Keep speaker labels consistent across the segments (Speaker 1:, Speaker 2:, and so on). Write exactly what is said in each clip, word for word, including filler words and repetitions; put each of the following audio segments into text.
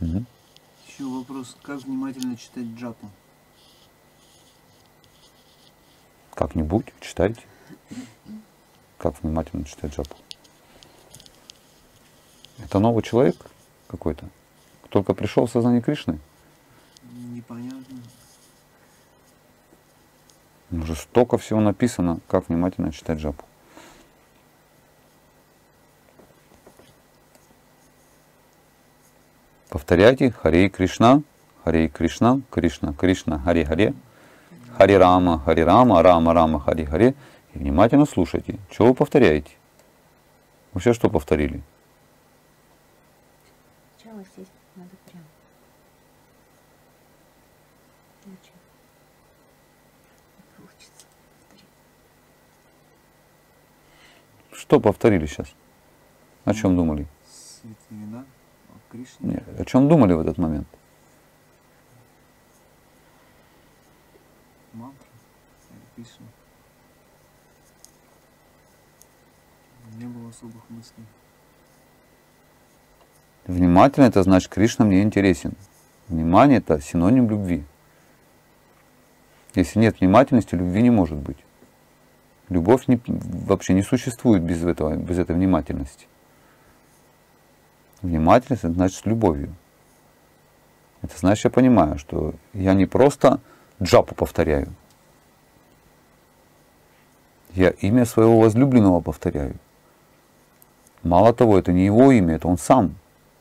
Speaker 1: Угу.
Speaker 2: Еще вопрос, как внимательно читать джапу?
Speaker 1: Как-нибудь читайте. Как внимательно читать джапу? Это новый человек какой-то? Только пришел в сознание Кришны?
Speaker 2: Непонятно.
Speaker 1: Уже столько всего написано, как внимательно читать джапу. Повторяйте Харе Кришна, Харе Кришна, Кришна, Кришна, Харе Харе, Харе Рама, Харе Рама, Рама Рама, Харе Харе. И внимательно слушайте. Чего вы повторяете? Вы все что повторили?
Speaker 3: Сначала сесть надо прямо. Очень. Не получится повторить.
Speaker 1: Что повторили сейчас? О чем думали?
Speaker 2: Святые имена Кришны.
Speaker 1: Нет, о чем думали в этот момент?
Speaker 2: Мантра. Кришна. Не было особых мыслей.
Speaker 1: Внимательно — это значит, Кришна мне интересен. Внимание — это синоним любви. Если нет внимательности, любви не может быть. Любовь не, вообще не существует без, этого, без этой внимательности. Внимательность — это значит с любовью. Это значит, я понимаю, что я не просто джапу повторяю. Я имя своего возлюбленного повторяю. Мало того, это не его имя, это он сам.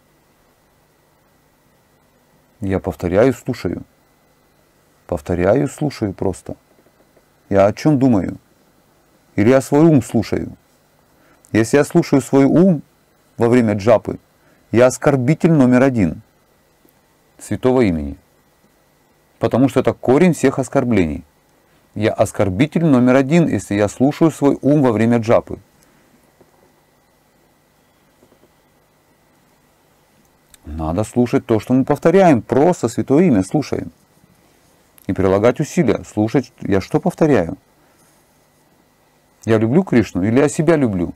Speaker 1: Я повторяю, слушаю. Повторяю, слушаю просто. Я о чем думаю? Или я свой ум слушаю? Если я слушаю свой ум во время джапы, я оскорбитель номер один святого имени. Потому что это корень всех оскорблений. Я оскорбитель номер один, если я слушаю свой ум во время джапы. Надо слушать то, что мы повторяем. Просто святое имя слушаем. И прилагать усилия. Слушать, я что повторяю? Я люблю Кришну или я себя люблю?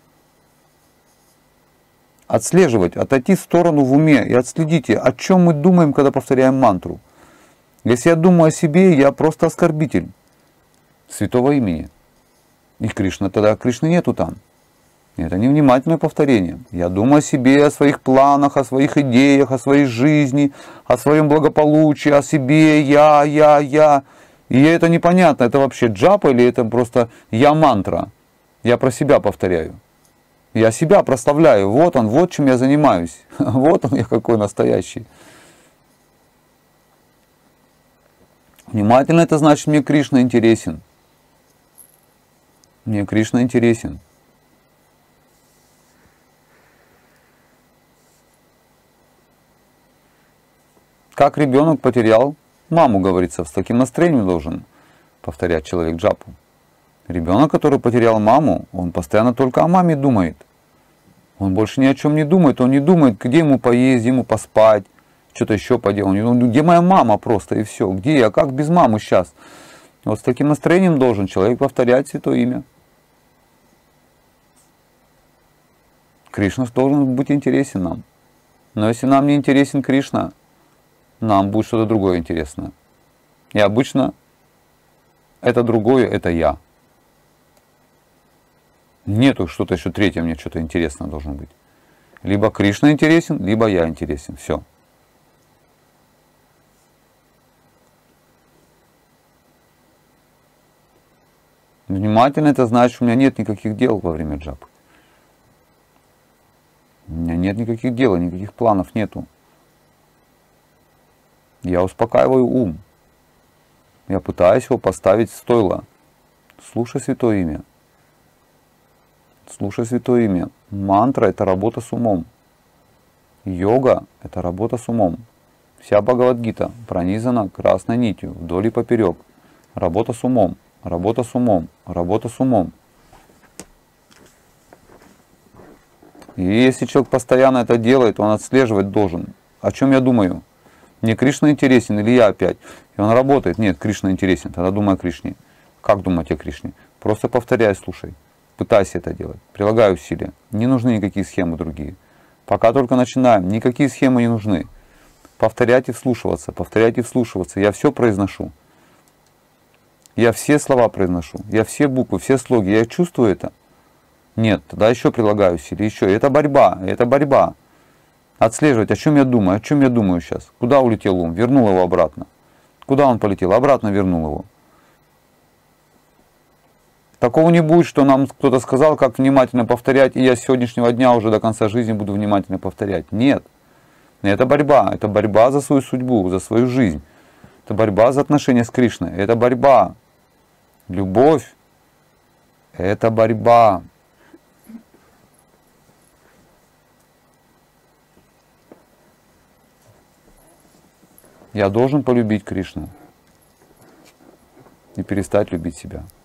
Speaker 1: Отслеживать, отойти в сторону в уме и отследите, о чем мы думаем, когда повторяем мантру. Если я думаю о себе, я просто оскорбитель святого имени. И Кришна, тогда Кришны нету там. Это невнимательное повторение. Я думаю о себе, о своих планах, о своих идеях, о своей жизни, о своем благополучии, о себе, я, я, я. И это непонятно, это вообще джапа или это просто я мантра. Я про себя повторяю. Я себя прославляю. Вот он, вот чем я занимаюсь. Вот он, я какой настоящий. Внимательно — это значит, мне Кришна интересен. Мне Кришна интересен. Как ребенок потерял маму, говорится, с таким настроением должен повторять человек джапу. Ребенок, который потерял маму, он постоянно только о маме думает. Он больше ни о чем не думает. Он не думает, где ему поесть, где ему поспать, что-то еще поделать. Он думает, где моя мама просто и все. Где я, как без мамы сейчас? Вот с таким настроением должен человек повторять святое имя. Кришна должен быть интересен нам. Но если нам не интересен Кришна, нам будет что-то другое интересное. И обычно это другое, это я. Нету что-то еще третье, мне что-то интересное должно быть. Либо Кришна интересен, либо я интересен. Все. Внимательно — это значит, что у меня нет никаких дел во время джапы. У меня нет никаких дел, никаких планов нету. Я успокаиваю ум. Я пытаюсь его поставить в стойло. Слушай святое имя. Слушай святое имя. Мантра — это работа с умом. Йога — это работа с умом. Вся Бхагавад-гита пронизана красной нитью вдоль и поперек. Работа с умом, работа с умом, работа с умом. И если человек постоянно это делает, он отслеживать должен. О чем я думаю? Мне Кришна интересен или я опять? И он работает. Нет, Кришна интересен. Тогда думай о Кришне. Как думать о Кришне? Просто повторяй, слушай. Пытайся это делать. Прилагай усилия. Не нужны никакие схемы другие. Пока только начинаем. Никакие схемы не нужны. Повторять и вслушиваться, повторять и вслушиваться. Я все произношу. Я все слова произношу. Я все буквы, все слоги. Я чувствую это? Нет. Тогда еще прилагаю усилия. Еще. Это борьба. Это борьба. Отслеживать, о чем я думаю. О чем я думаю сейчас. Куда улетел ум? Вернул его обратно. Куда он полетел? Обратно вернул его. Такого не будет, что нам кто-то сказал, как внимательно повторять, и я с сегодняшнего дня уже до конца жизни буду внимательно повторять. Нет. Это борьба. Это борьба за свою судьбу, за свою жизнь. Это борьба за отношения с Кришной. Это борьба. Любовь. Это борьба. Я должен полюбить Кришну и перестать любить себя.